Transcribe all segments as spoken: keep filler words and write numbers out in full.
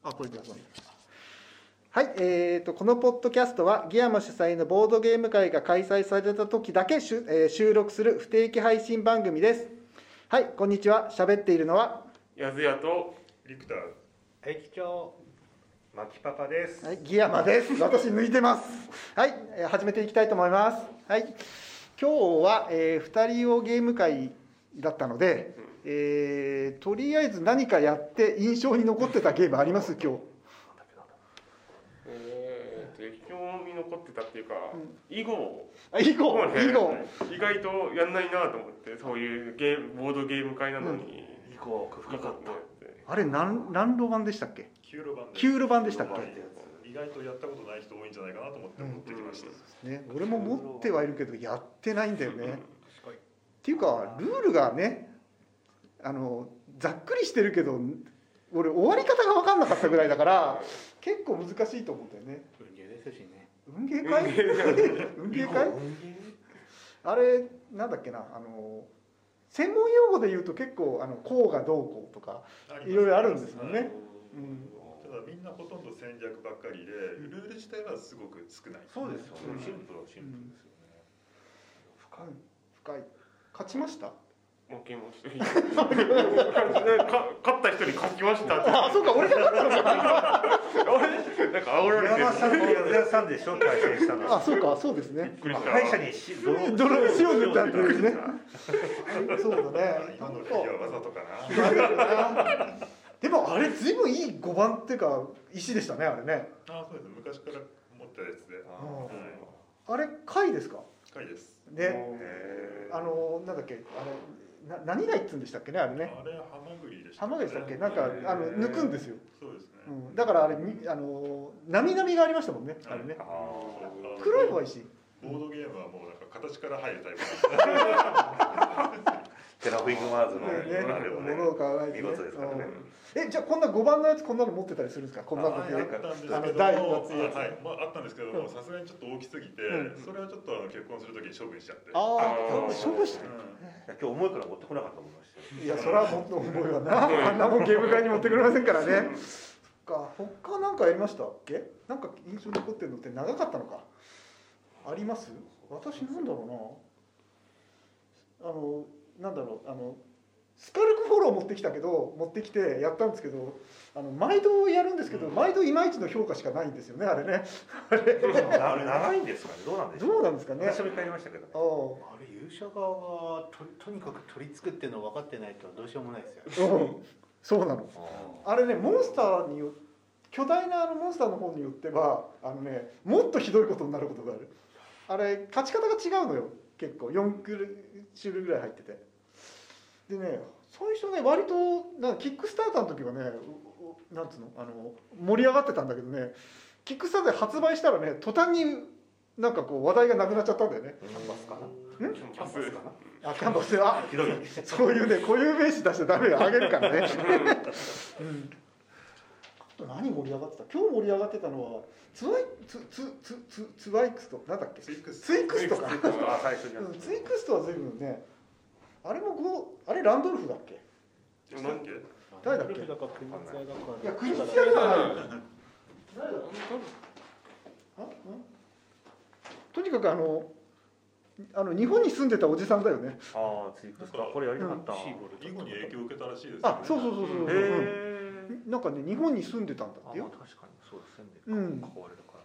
あ、これで遊んで。はい、えーと、このポッドキャストはギヤマ主催のボードゲーム会が開催された時だけしゅ、えー、収録する不定期配信番組です。はい、こんにちは。喋っているのはやずやとリクター、 駅長、マキパパです。 はい、ギヤマです。私抜いてます。はい、えー、始めていきたいと思います。はい、今日は、えー、ふたり用ゲーム会だったので、えー、とりあえず何かやって印象に残ってたゲームあります？今日。 えーと興味残ってたっていうか、うん、囲碁あ、囲碁、ね、囲碁意外とやんないなと思って、そういうゲームボードゲーム会なのに、 うん、囲碁深かった。 あれ何何路版でしたっけ？ きゅう路版できゅう路版でしたっけ？ 意外とやったことない人多いんじゃないかなと思って持ってきました、 うんね、俺も持ってはいるけどやってないんだよね、うん、っていうかルールがね、あのざっくりしてるけど俺終わり方が分かんなかったぐらいだから結構難しいと思うんだよね。 運ゲーですしね。 運ゲー会？運ゲー会？あれなんだっけな、あの専門用語で言うと結構あのこうがどうこうとかいろいろあるんですもんね。うん、 ただみんなほとんど戦略ばっかりで、ルール自体はすごく少ない。 そうですよね。シンプルはシンプルですよね。 深い深い。勝ちました？ 負けました。勝った人に勝ちました。 あ、そうか、俺が勝ったのか。 俺なんか煽られてる。 山さんと矢田さんでしょ、対戦したの。 あ、そうか、そうですね。 敗者に泥塩を塗ったんですね。そうだね。 今のレギはわざとかな。でもあれずいぶんいいごばんっていうか石でしたね、あれね。 あ、そうです。昔から持ったやつで。 あれ貝ですか？ 貝です。 ね。あのなんだっけ、あれ。な何がいっつんでしたっけね、あれね。 あれハマグリでした、 ね。ハマグリでしたっけ、なんかあの抜くんですよ。 そうですね。 うん、だからあれあのなみなみがありましたもんね、あれね。黒い方がいいし。 ボードゲームはもうなんか形から入るタイプ。 テラフィグマーズのね、物を買わない見事ですからね。 え、じゃあこんなごばんのやつこんなの持ってたりするんですか？こんなのあったんですけど、 あの台の厚いやつ。 はい、まああったんですけども、さすがにちょっと大きすぎて、それはちょっとあの結婚するときに処分しちゃって。 ああ、処分して。 今日重いから持ってこなかったもんました。 いや、それはもっと重いわな。あんなもんゲーム会に持ってくれませんからね。そっか、他なんかやりましたっけ？なんか印象に残ってるのって長かったのか。あります？私なんだろうな。あのなんだろうあの。スカルクフォロー持ってきたけど持ってきてやったんですけど、あの毎度やるんですけど、うん、毎度いまいちの評価しかないんですよね、あれね。 あれ長いんですかね、どうなんでしょう。 どうなんですかね。 私も帰りましたけど、ね、 あれ勇者側が と, とにかく取り付くっていうの分かってないとどうしようもないですよね。 うん、そうなの。あれね、モンスターによ巨大なあのモンスターの方によってはあのねもっとひどいことになることがある。あれ勝ち方が違うのよ、結構よん種類ぐらい入ってて。でね、最初ね割となんかキックスターターの時はね、なんつうの、あの盛り上がってたんだけどね、キックスターターで発売したらね途端になんかこう話題がなくなっちゃったんだよね。 キャンバスかな？ ん？ キャンバスかな？ あ、キャンバス、あ、ひどい。そういうね固有名詞出しちゃダメよ、あげるからね。うん。あと何盛り上がってた？今日盛り上がってたのはツワイツツツツツワイクストなんだっけ？ツイクスツイクストか。 あ、最初に。 うん、ツイクストは随分ね。あれもごあれランドルフだっけ？ なんだっけ？ 誰だっけ？いだか国津屋だか。 いや国津屋ではない。誰だ？あ？とにかくあのあの日本に住んでたおじさんだよね。 ああ、ツイクスか。これやりたかった。 囲碁に影響を受けたらしいですね。 あ、そうそうそうそう。 へえ。 なんかね日本に住んでたんだってよ。 確かにそうですね。うん。関われるから。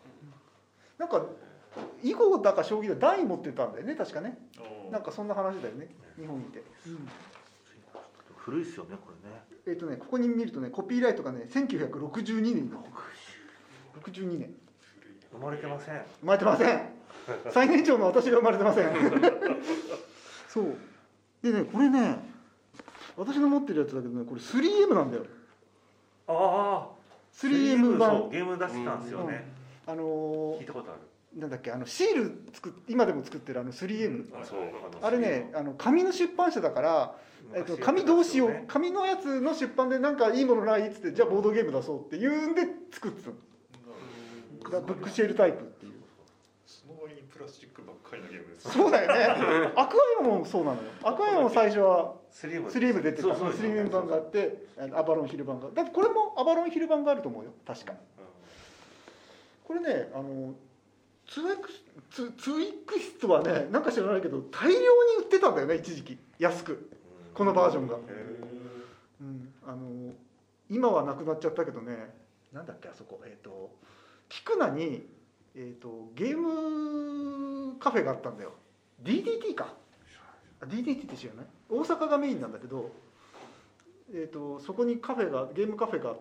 なんか囲碁だか将棋で台持ってたんだよね、確かね。なんかそんな話だよね、日本にいて。うん、 古いですよね、これね。 えっとね、ここに見るとね、コピーライトがね、せんきゅうひゃくろくじゅうにねんになってる。ろくじゅうにねん。 生まれてません。 生まれてません。最年長の私が生まれてません。そう。でね、これね、私の持ってるやつだけどね、これ スリーエム なんだよ。 ああ。 スリーエム 版。 そう、ゲーム出してたんですよね。 うん、あのー、 聞いたことある。 なんだっけ、あのシール作っ今でも作ってるあの スリーエム、 うん、あ, そうあれね、あの紙の出版社だから、えっと、紙同士を紙のやつの出版でなんかいいものないっつって、じゃあボードゲーム出そうっていうんで作ってたの。だブックシェルタイプっていう。 その割にプラスチックばっかりのゲームです。 そうだよね。アクアイオンもそうなのよ。アクアイオンも最初はスリームスリーム出てた。 そうそうスリーム版があって、アバロンヒル版が。だってこれもアバロンヒル版があると思うよ。確か。これね、あのツーエックス、ツツーイックスはね、なんか知らないけど大量に売ってたんだよね、一時期安く。このバージョンが。うん、あの今はなくなっちゃったけどね、なんだっけあそこ、えっ、ー、と菊名に、えー、とゲームカフェがあったんだよ。 ディーディーティー か。あ ディーディーティー って知らない？大阪がメインなんだけど、えー、とそこにカフェがゲームカフェがあって、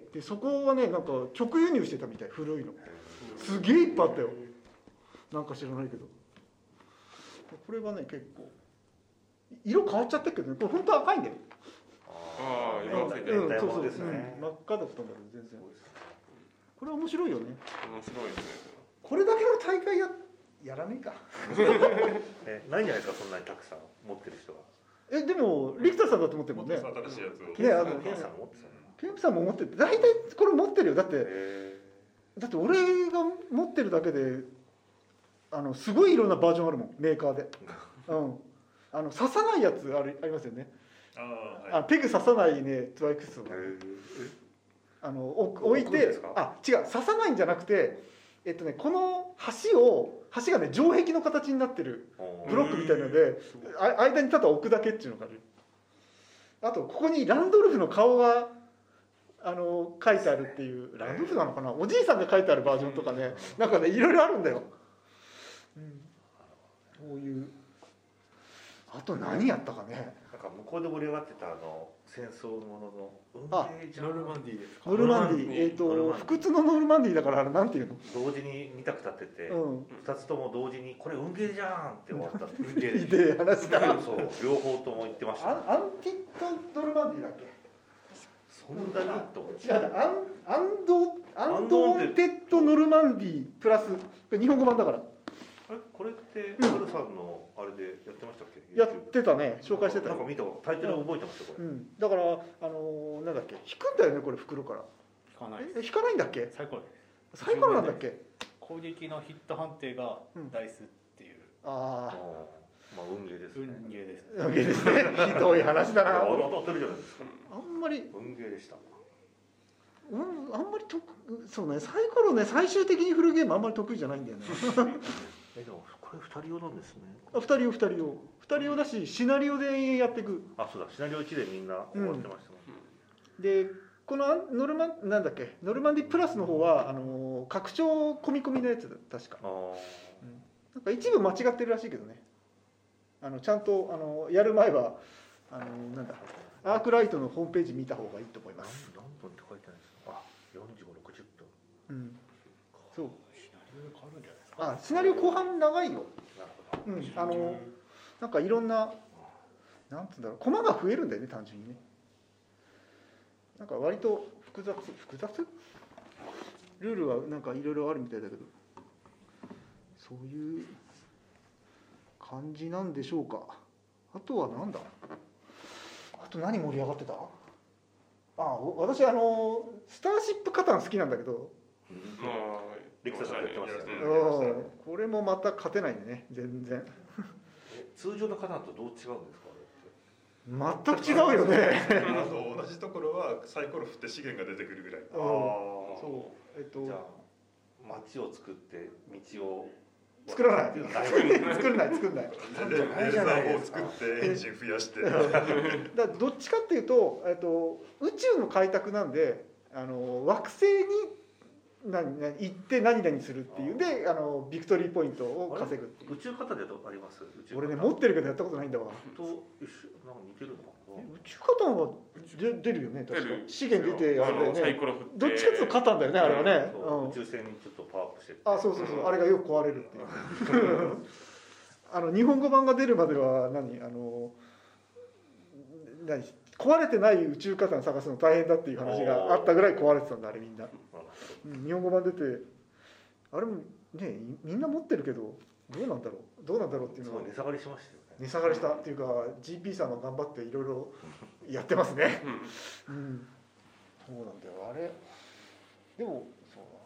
でそこはねなんか直輸入してたみたい。古いのすげえいっぱいあったよ。なんか知らないけど、これはね結構色変わっちゃったけどね、これ本当は赤いんだよ。 ああ、色がついてる。 うん、そうそう、 ですね。 うん、真っ赤だったんだけど全然。これは面白いよね。 面白いですね。 これだけの大会ややらねえか。 え、ないんじゃないですか、そんなにたくさん持ってる人は。 えでもリクターさんだって持ってるもんね。 新しいやつを。 ね、あのケンさん持ってたの。 ケンプさんも持ってる。大体これ持ってるよ。だってへだって俺が持ってるだけであのすごいいろんなバージョンあるもん、メーカーで。うん。あの刺さないやつあるありますよね。 ああ、はい。 あペグ刺さないねトゥワイクスをーへあの置置いて置くんですか、 あ違う刺さないんじゃなくて、えっとねこの橋を橋がね城壁の形になってるーブロックみたいなので、あ間にただ置くだけっていうのがある。あとここにランドルフの顔があの書いてあるっていう、ランドルフなのかな、おじいさんが書いてあるバージョンとかね、なんかねいろいろあるんだよ。うん、こういうあと何やったかね。 なんか向こうで盛り上がってたあの戦争ものの運あ命じゃんノルマンディーですか。 ノルマンディー、えっ、 ノルマンディと不屈のノルマンディーだからあれなんていうの。 同時に見たくたってて、 うん二つとも同時にこれ運ゲーじゃんって終わったって運ゲいーでで話だ。 そう両方とも言ってました、 アンアンティットノルマンディーだっけ。 そんなにと思って違うな、アンアンドアンドーンテッドノルマンディープラス、これ日本語版だから。 あれこれってハルさんのあれでやってましたっけ？ やってたね、紹介してたよ。 なんか見たタイトル覚えてますよこれ、 うん、だからあのーなんだっけ、引くんだよねこれ袋から。 引かないえ引かないんだっけ。 サイコロです。 サイコロなんだっけ。 攻撃のヒット判定がダイスっていうああ、 まあ運ゲーです運ねゲーです。 運ゲーですね。ひどい話だな。 あ当たってるじゃないですかあんまり、 運ゲーでしたうん、あんまりとそうね、サイコロね最終的に振るゲームあんまり得意じゃないんだよね。 えでもこれ二人用なんですねあ二人用二人用二人用だし、シナリオで延々やっていく。 あそうだシナリオいちでみんな終わってましたもん、 でこのノルマンなんだっけ、ノルマンディプラスの方はあのー拡張込み込みのやつだ確か。 ああなんか一部間違ってるらしいけどね。あのちゃんとあのやる前はあのなんだアークライトのホームページ見た方がいいと思います。 何分って書いてないですか。あ、よんじゅうご、ろくじゅっぷん。 うん、そう。 シナリオで変わるんじゃないですか。 あ、シナリオ後半長いよ。 なるほど。 うん、あのなんかいろんななんつうんだろう、コマが増えるんだよね単純にね。なんか割と複雑複雑ルールはなんかいろいろあるみたいだけど、そういう感じなんでしょうか。あとはなんだ。あと何盛り上がってた？あ、私あのスターシップカタン好きなんだけど、 まあ、 リクタさんやってましたよねうんこれもまた勝てないんでね全然。 え通常のカタンとどう違うんですかあれって。 全く違うよね。 あと同じところはサイコロ振って資源が出てくるぐらい。 うんあそうえっとじゃあ街を作って道を作らないっていうの作んない作んない。 レレーザーを作ってエンジン増やして。 だからどっちかっていうと、えっと、宇宙の開拓なんであの惑星に何何行って何々するっていうであのビクトリーポイントを稼ぐっていう。 宇宙型でどあります宇宙型俺ね持ってるけどやったことないんだわ。 と一緒なんか似てるのかな宇宙カタンはで出るよね確か出る資源出てあれだよのサイね。 コロ振ってどっちかっていうとカタンだよねあれはね。 そううん宇宙船にちょっとパワーアップしてってあそうそうそう、あれがよく壊れるっていうあの日本語版が出るまでは何あの何壊れてない宇宙火山探すの大変だっていう話があったぐらい壊れてたんだあれみんな、うん、日本語版出てあれもねみんな持ってるけどどうなんだろうどうなんだろうっていうのはそう値下がりしましたよね値下がりしたっていうか ジーピー さんが頑張っていろいろやってますねうんうんそうなんだよあれでもそうだ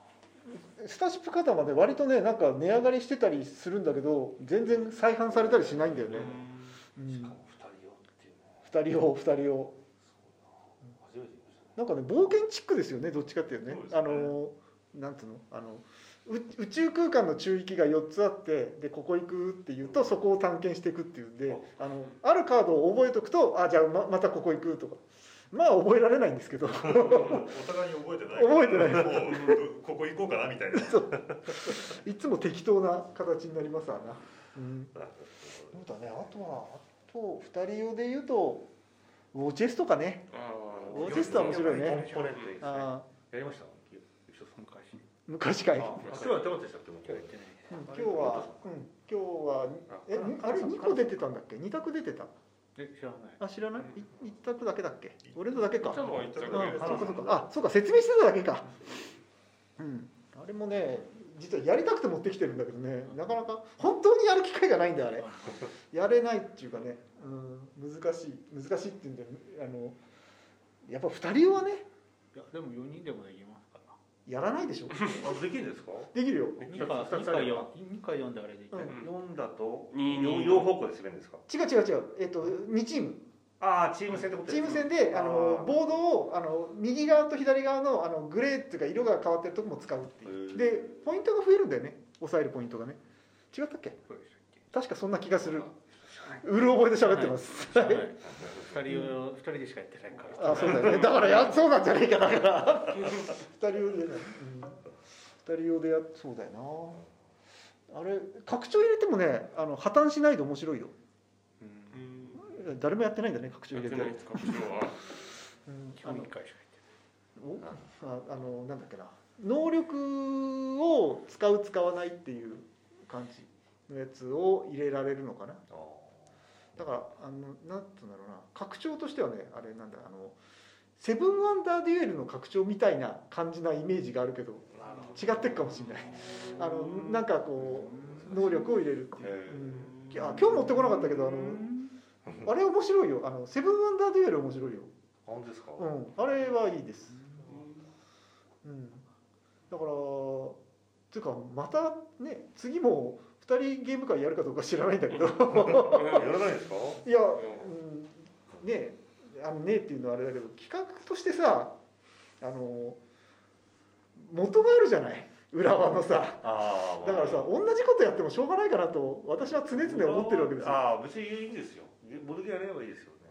スターシップカタンはね割とねなんか値上がりしてたりするんだけど全然再販されたりしないんだよね、うん、 しかもふたり用っていうのふたり用ふたり用初めて見ましたね。 なんかね冒険チックですよねどっちかっていうねそうですねあのなんつうのあのう宇宙空間の中域がよっつあってでここ行くっていうとそこを探検していくっていうんであのあるカードを覚えておくとあじゃあ ま, またここ行くとかまあ覚えられないんですけどお互いに覚えてない覚えてないもうここ行こうかなみたいな。 いつも適当な形になりますわな、うん、 なるそうだねあとはあとふたり用で言うとウォチェスとかねあウォチェストは面白いねコンポーネントいいですね。 あやりました？ 昔昔かい、うん、 あ、今日はやってましたっけ？もうやってない今日は、うん、今日はえあれにこ出てたんだっけに択出てたえ知らないあ知らないい一択だけだっけ俺のだけかいつもは言ったうん、 だけです。 そうかそうかあそうか説明してただけかうんあれもね実はやりたくて持ってきてるんだけどねなかなか本当にやる機会がないんだよあれやれないっていうかね、うん、難しい難しいっていうんであのやっぱふたり用はねいやでもよにんでもできますからやらないでしょあ、できるんですか？ できるよにか二つあればにかよんであれでいい、 うん四だと二二両方向で滑るんですか？ 違う違う違うえっとにチームああ、チーム戦ってことチーですね。 ム戦であのあーボードをあの右側と左側のあのグレーっていうか色が変わってるとこも使うっていうへーでポイントが増えるんだよね抑えるポイントがね違ったっけそうでしたっけ確かそんな気がするうる覚えで喋ってます、 はいふたり用ふたりでしかやってないからあそうだよねだからやそうなんじゃないかだからふたり用でね、うん、ふたり用でやそうだよなあれ拡張入れてもねあの破綻しないで面白いようん誰もやってないんだね拡張やって入れてないですか。今日は。 うん今日いっかいしかやっておああのなんだっけな能力を使う使わないっていう感じのやつを入れられるのかなあだからあのなんつうんだろうな拡張としてはねあれなんだあのセブンワンダーデュエルの拡張みたいな感じなイメージがあるけど違ってるかもしれないあのなんかこう能力を入れるっていう、うん、いや今日持ってこなかったけどあのあれ面白いよあのセブンワンダーデュエル面白いよ、 あ、本当ですか？ うん、あれはいいです、うん、だからつうかまたね次もふたりゲーム会やるかどうか知らないんだけどやらないですか？ いや、うん、ねあのねっていうのはあれだけど企画としてさあの元があるじゃない浦和のさああ、 だからさ同じことやってもしょうがないかなと私は常々思ってるわけですよああ、別にいいんですよ。ボドゲやればいいですよね。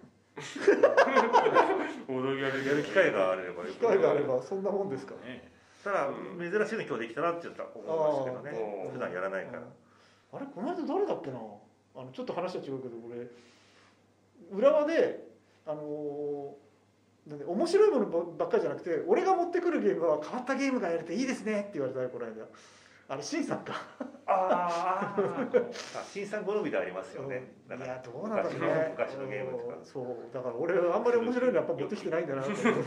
ボードゲームやる機会があればいい。 機会があればそんなもんですかねただ珍しいの今日できたなって言ったら思いますけどね。 あー普段やらないから。 あれこの間誰だっけなあのちょっと話は違うけど俺浦和であのーなんで面白いものばっかりじゃなくて俺が持ってくるゲームは変わったゲームがやれていいですねって言われたよこの間あれ新さんかああ、新さん好みでありますよね。 いやどうなんだろうね昔のゲームとか。 そうだから俺あんまり面白いのやっぱ持ってきてないんだなと思って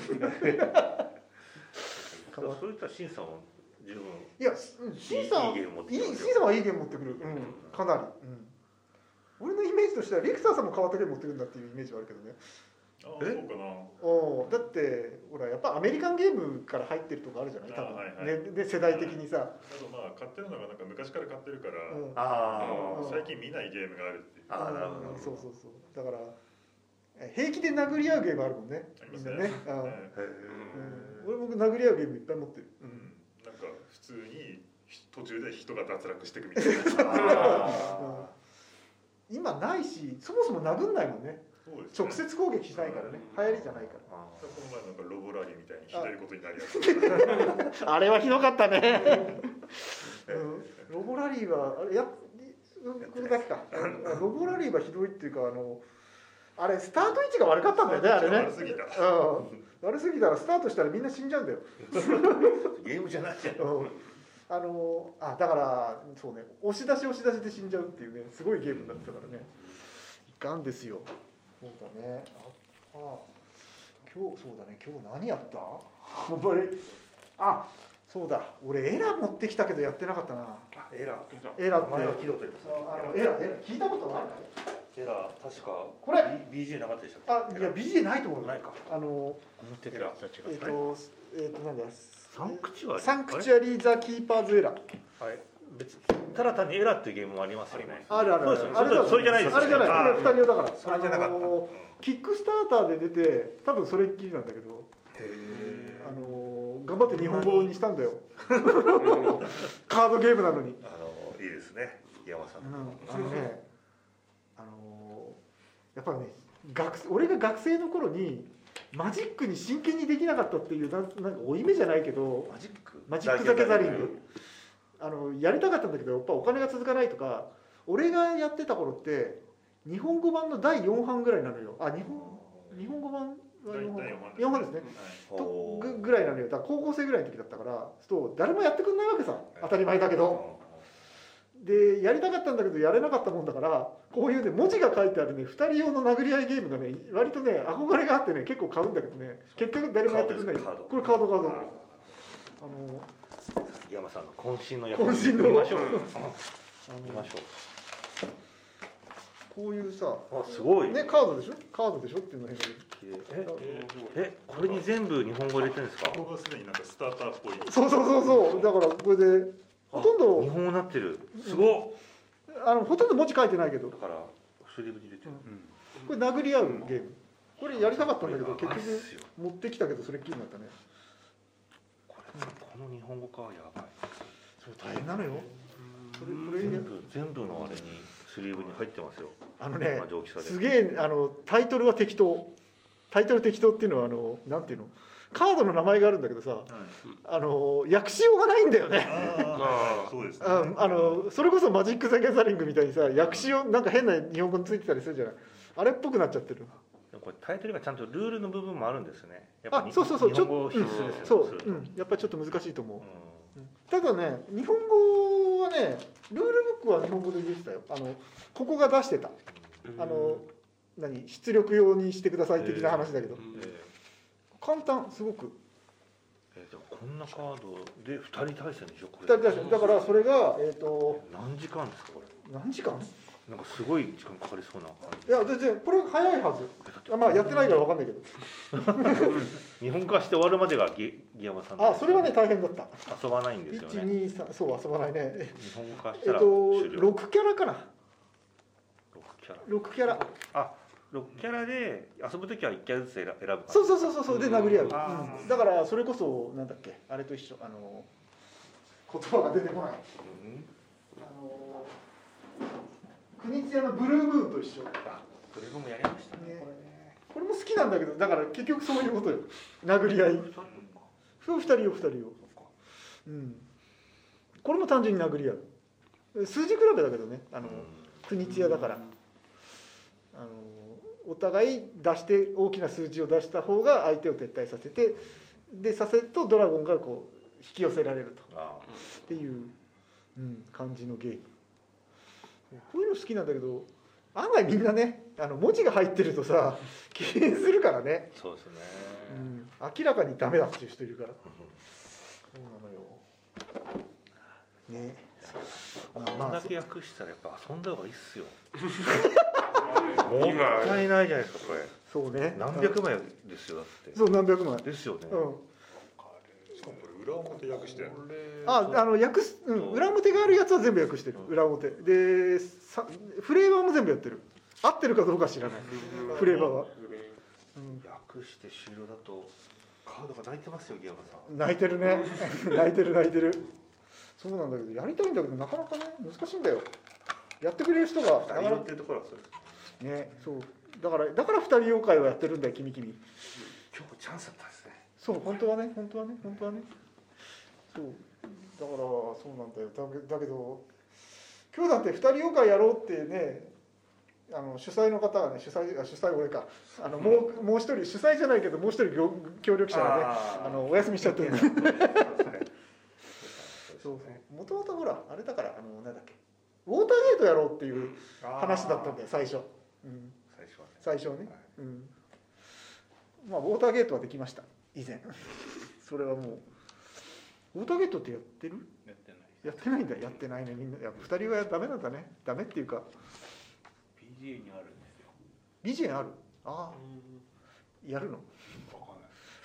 そういった新さんも十分。 いや新さんいいゲーム持っていいきますよ新さんはいいゲーム持ってくる、うん、かなり、うん、俺のイメージとしてはレクサーさんも変わったゲーム持ってくるんだっていうイメージはあるけどねああ、そうかな。 おだってほらやっぱアメリカンゲームから入ってるとこあるじゃない多分、 あはいはいね、で世代的にさ、 あとまあ買ってるのがなんか昔から買ってるから、 うんあうん最近見ないゲームがあるっていう。 あーなるほどうんそうそうそうだからえ平気で殴り合うゲームあるもんねありますね。 みんなね、うんえうん、俺僕殴り合うゲームいっぱい持ってる、 えうんなんか普通に途中で人が脱落していくみたいな。 あ今ないしそもそも殴んないもんねそうですね。 直接攻撃しないからね流行りじゃないかあこの前なんかロボラリーみたいにひどいことになりやすい。 らあれはひどかったね、 えうん、ロボラリーはあれやこれだけかロボラリーはひどいっていうかあのあれスタート位置が悪かったんだよねあれね悪すぎた。 うん悪すぎたらスタートしたらみんな死んじゃうんだよ、 ゲームじゃないじゃん。 うん、あのあだからそうね押し出し押し出しで死んじゃうっていうねすごいゲームになってたからねいかんですよそうだねああ今日そうだね今日何やった本当にあそうだ俺エラ持ってきたけどやってなかったなエラー。 エラって名前は聞いたことあります。 あのエラエラ聞いたことあるエラー確かこれビージー なかったでしたっけ？ あいや ビージー ないと思うないか。 あの思ってたやつと違えっ、 うとえっ、となんだサンクチュアリサンクチュアリー・ザ・キーパーズ・エラー。 あれ別にただ単にエラーっていうゲームもありますよね。 あるあるある。 そうですよあれだそれじゃないですよあれじゃない。これふたり用だから。 それじゃなかったあのーキックスターターで出て、多分それっきりなんだけど、 へあのー頑張って日本語にしたんだよ。カードゲームなのに。 あのいいですね山さんうんの、 あのね、あのーやっぱね、学俺が学生の頃にマジックに真剣にできなかったっていうなんなんか負い目じゃないけど、 マジックマジック・ザ・ギャザリング、あのやりたかったんだけどやっぱお金が続かないとか、俺がやってた頃って日本語版のだいよん版ぐらいなのよ。あ、日本日本語版はよん版よん版ですね。とぐぐらいなのよ。だから高校生ぐらいの時だったからそう誰もやってくんないわけさ、当たり前だけど。でやりたかったんだけどやれなかったもんだから、こういうね文字が書いてあるねふたり用の殴り合いゲームがね割とね憧れがあってね結構買うんだけどね、結局誰もやってくんない。 カードですこれカードカード。あの山さんの渾身の役渾身の見ましょうあ見ましょこういうさう。あすごいねカードでしょカードでしょっていうのがええこれに全部日本語入れてるんですか。 ここがすでになんかスターターっぽい。 そうそうそうそうだからこれでほとんど日本語になってる。すごっ。 あのほとんど文字書いてないけどだからスリーブに入れてる。 これ殴り合うゲーム、これやりたかったんだけどこれ結局やばいっすよ持ってきたけどそれっきりになったね。 これこの日本語かやばい。 それ大変なのよ。それこれ全部全部のあれにスリーブに入ってますよ。 あのね同じ大きさですげえあのタイトルは適当タイトル適当っていうのはあのなんていうのカードの名前があるんだけどさ、あの訳しようがないんだよね。 ああそうですね。 ああのそれこそマジック・ザ・ギャザリングみたいにさ訳しようなんか変な日本語についてたりするじゃない、あれっぽくなっちゃってる。 でもこれタイトルがちゃんとルールの部分もあるんですよね。やっぱあそうそうそう日本語必須ですよね。 そう、 するとうん、やっぱりちょっと難しいと思う、 うただね日本語はねルールブックは日本語で出てたよ。あのここが出してたんあの何出力用にしてください的な話だけど、 え簡単すごくーえーじゃあこんなカードでふたり対戦でしょこふたれ。 り出してだからそれがえっ、と何時間ですかこれ。 何時間なんかすごい時間かかりそうな感じ。 いや全然これ早いはず。 えだってあまあやってないから分かんないけど、 日本化して終わるまでがギギヤマさんあそれはね大変だった。 遊ばないんですよいちね。 にさんそう遊ばないね。 日本化しえったらと終了。 ろくキャラかな。 ろくキャラ。 ろくキャラ。 あ、ろくキャラで遊ぶときはいっキャラずつ選ぶ選ぶ感じ。 そうそうそうそうそうで殴り合う、 あうんだからそれこそなんだっけあれと一緒あの言葉が出てこないうんあの国津屋のブルームーンと一緒、ね、 あ、それもやりましたね。 これも好きなんだけどだから結局そういうことよ殴り合いそうふたりよふたりよ、うん、これも単純に殴り合う数字比べだけどねあの国津屋だからあのお互い出して大きな数字を出した方が相手を撤退させてでさせるとドラゴンがこう引き寄せられるとあっていう、うん、感じのゲームこういうの好きなんだけど案外みんなねあの文字が入ってるとさ敬遠するからね、 そうですね。 うん、明らかにダメだっていう人いるからそうなのよねこまあんだけ訳したらやっぱ遊んだ方がいいっすよ。 今もったいないじゃないですかこれ。 そうね何百枚ですよだって。 そう何百万ですよね。 うんしかもこれ裏表訳してる。 あ、あの訳す、うん、裏表があるやつは全部訳してる。裏表でさフレーバーも全部やってる。合ってるかどうか知らない。フレーバーは、うん訳して終了だとカードが泣いてますよギヤマさん。 泣いてるね。泣いてる泣いてる。そうなんだけどやりたいんだけどなかなかね難しいんだよ。やってくれる人がなかなか二人っていうところはそうです。 ね、そうだからだから二人妖怪をやってるんだよ君君。 今日チャンスだったんですね。 そう本当はね本当はね本当はね。そうだからそうなんだよ。だけだけど今日だって二人妖怪やろうってね。あの主催の方がね主催あ主催俺かあのもうもう一人主催じゃないけどもう一人協協力者がねあーあのお休みしちゃってる。 そうですね。 そうそうもともとほらあれだからあのなんだっけウォーターゲートやろうっていう話だったんだよ最初、うん、 最初はね。 最初ね、うん、まあウォーターゲートはできました以前それはもうウォーターゲートってやってるやってないやってないんだやってないねみんなやっぱふたりはダメなんだねダメっていうかピージーエー にあるんですよ。 ビジェンあるああやるのわかんない。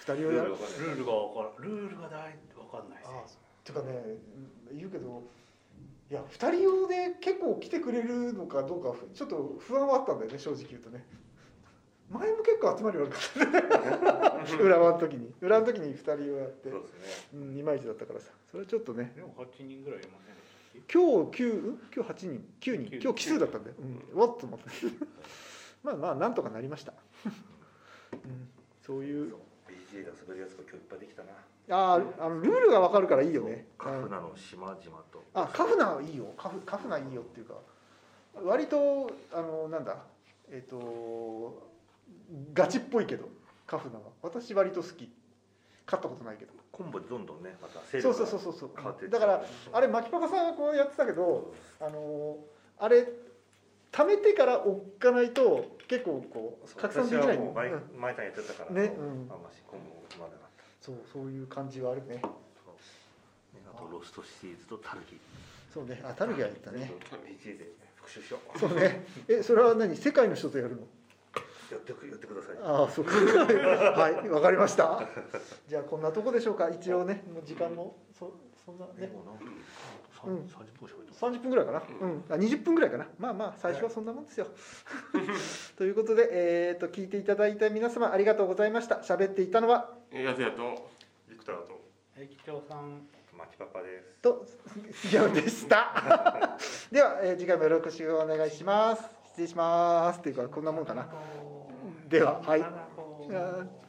ふたり用やるルールが分かんないルールがわからんルールが大わかんないあですてかね言うけどいやふたり用で結構来てくれるのかどうかちょっと不安はあったんだよね正直言うとね前も結構集まり悪かったね浦和の時に浦和の時にふたり用やってそうですね。 うんいまいちだったからさそれはちょっとねでもはちにんぐらいいませんでしたっけ今日きゅう今日はちにんきゅうにんきゅう今日奇数だったんだよ、うん、わっと思ってまあまあなんとかなりました、うん、そういうそう ビージェー で遊べるやつが今日いっぱいできたな。 あーあのルールが分かるからいいよねカフナの島々と。 あカフナはいいよカフカフナいいよっていうか割とあのなんだえっ、とガチっぽいけどカフナは私割と好き勝ったことないけどコンボでどんどんねまた勢そう力がそうそうそう変わっていっちゃうだからあれマキパカさんはこうやってたけどあのあれ貯めてから追っかないと結構こう拡散できない私はもう毎うん毎回やってたから、 ねうんあんましコンボまでなかった。 そうそういう感じはあるねそうねあとロストシリーズとタルギ。 そうねあタルギは言ったねビージェー で復習しよう。 そうねえそれは何世界の人とやるのやってくやってください。 ああそうかはいわかりましたじゃあこんなとこでしょうか一応ねもう時間もそそんなねもうなんかうんさんじゅっぷんしかさんじゅっぷんぐらいかな、うん、あにじゅっぷんぐらいかなまあまあ最初はそんなもんですよということで、えー、と聞いていただいた皆様ありがとうございました喋っていたのはやつやとビクターと駅長さんマキパパです。 と杉山でしたでは、えー次回もよろしくお願いします失礼しますっていうかこんなもんかなでははいあらこうあー